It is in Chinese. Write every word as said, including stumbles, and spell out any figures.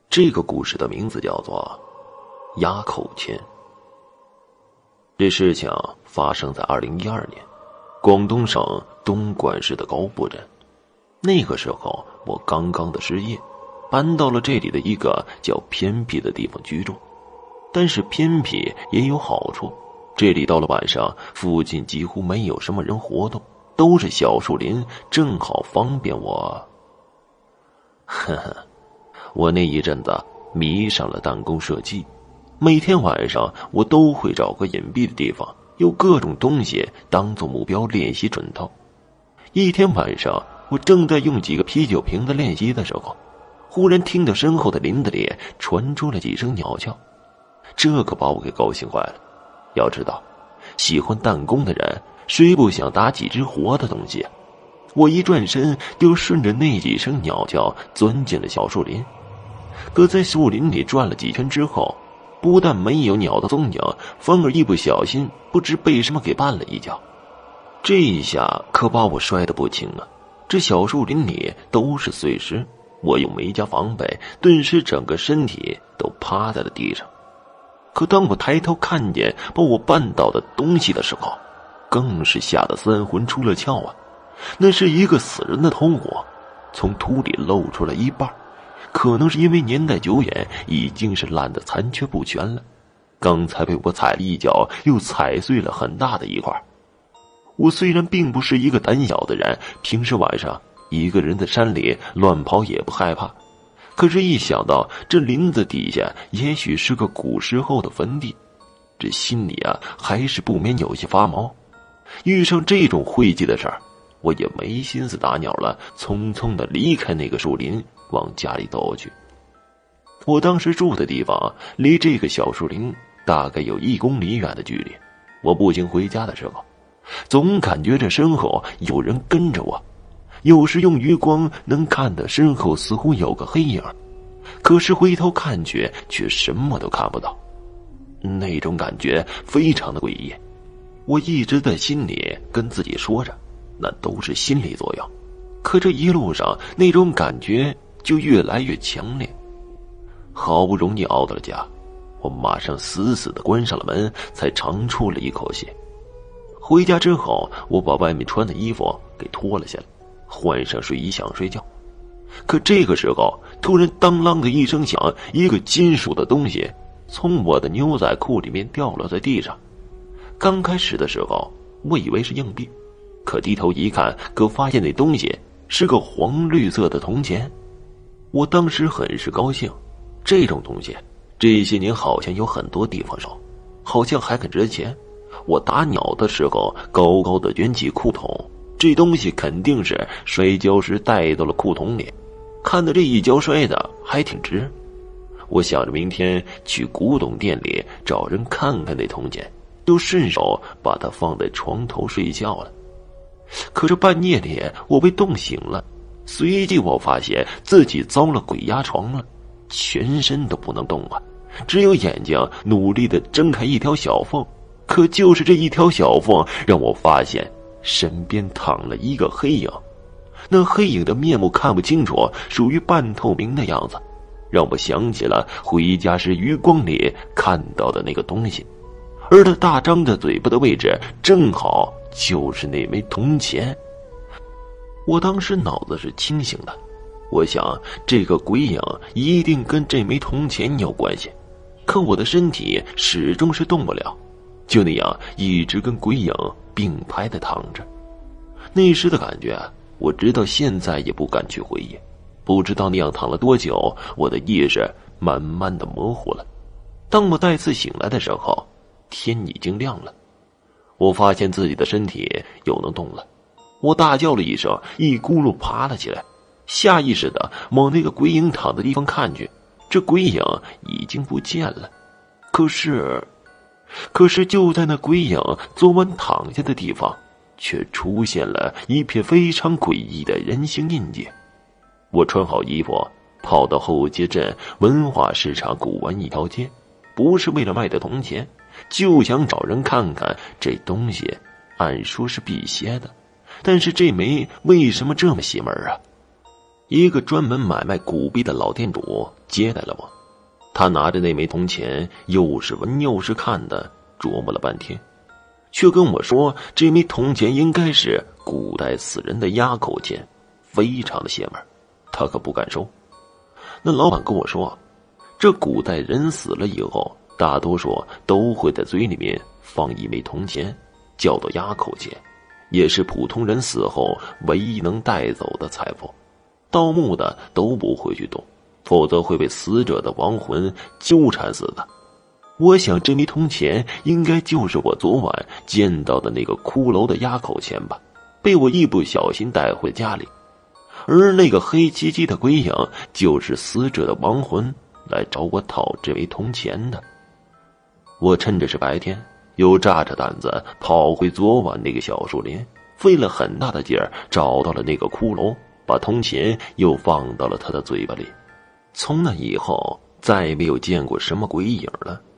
这个故事的名字叫做压口钱。这事情发生在二零一二年，广东省东莞市的高埠镇。那个时候我刚刚的失业，搬到了这里的一个较偏僻的地方居住。但是偏僻也有好处，这里到了晚上，附近几乎没有什么人活动，都是小树林，正好方便我。呵呵，我那一阵子迷上了弹弓射击，每天晚上我都会找个隐蔽的地方，用各种东西当做目标练习准头。一天晚上，我正在用几个啤酒瓶子练习的时候，忽然听到身后的林子里传出了几声鸟叫，这可把我给高兴坏了。要知道，喜欢弹弓的人谁不想打几只活的东西啊？我一转身就顺着那几声鸟叫钻进了小树林。可在树林里转了几圈之后，不但没有鸟的踪影，反而一不小心不知被什么给绊了一跤。这一下可把我摔得不轻啊！这小树林里都是碎石，我又没加防备，顿时整个身体都趴在了地上。可当我抬头看见把我绊倒的东西的时候，更是吓得三魂出了窍啊！那是一个死人的头骨，从土里露出了一半，可能是因为年代久远，已经是烂得残缺不全了。刚才被我踩了一脚，又踩碎了很大的一块。我虽然并不是一个胆小的人，平时晚上一个人在山里乱跑也不害怕，可是一想到这林子底下也许是个古时候的坟地，这心里啊还是不免有些发毛。遇上这种晦气的事儿，我也没心思打鸟了，匆匆地离开那个树林，往家里走去。我当时住的地方离这个小树林大概有一公里远的距离。我步行回家的时候，总感觉这身后有人跟着我，有时用余光能看到身后似乎有个黑影，可是回头看去却什么都看不到。那种感觉非常的诡异。我一直在心里跟自己说着，那都是心理作用，可这一路上那种感觉就越来越强烈。好不容易熬到了家，我马上死死地关上了门，才长出了一口气。回家之后，我把外面穿的衣服给脱了下来，换上睡衣想睡觉。可这个时候突然当啷的一声响，一个金属的东西从我的牛仔裤里面掉落在地上。刚开始的时候我以为是硬币，可低头一看，可发现那东西是个黄绿色的铜钱。我当时很是高兴，这种东西这些年好像有很多地方少，好像还很值钱。我打鸟的时候高高的卷起裤筒，这东西肯定是摔跤时带到了裤筒里，看到这一跤摔的还挺值。我想着明天去古董店里找人看看那铜钱，就顺手把它放在床头睡觉了。可是半夜里我被冻醒了，随即我发现自己遭了鬼压床了，全身都不能动啊，只有眼睛努力地睁开一条小缝。可就是这一条小缝，让我发现身边躺了一个黑影。那黑影的面目看不清楚，属于半透明的样子，让我想起了回家时余光里看到的那个东西，而他大张着嘴巴的位置正好就是那枚铜钱。我当时脑子是清醒的，我想这个鬼影一定跟这枚铜钱有关系，可我的身体始终是动不了，就那样一直跟鬼影并排的躺着。那时的感觉我直到现在也不敢去回忆，不知道那样躺了多久，我的意识慢慢的模糊了。当我再次醒来的时候，天已经亮了。我发现自己的身体又能动了，我大叫了一声，一咕噜爬了起来，下意识的往那个鬼影躺的地方看去，这鬼影已经不见了。可是可是就在那鬼影昨晚躺下的地方，却出现了一片非常诡异的人形印记。我穿好衣服，跑到后街镇文化市场古玩一条街，不是为了卖的铜钱，就想找人看看这东西。按说是辟邪的，但是这枚为什么这么邪门啊？ 一个专门买卖古币的老店主接待了我。他拿着那枚铜钱，又是闻又是看的，琢磨了半天，却跟我说这枚铜钱应该是古代死人的压口钱，非常的邪门，他可不敢收。那老板跟我说，这古代人死了以后，大多数都会在嘴里面放一枚铜钱，叫做压口钱，也是普通人死后唯一能带走的财富，盗墓的都不会去动，否则会被死者的亡魂纠缠死的。我想这枚铜钱应该就是我昨晚见到的那个骷髅的压口钱吧，被我一不小心带回家里，而那个黑漆漆的鬼影就是死者的亡魂来找我讨这枚铜钱的。我趁着是白天，又炸着胆子跑回昨晚那个小树林，费了很大的劲儿找到了那个骷髅，把铜钱又放到了他的嘴巴里。从那以后再也没有见过什么鬼影了。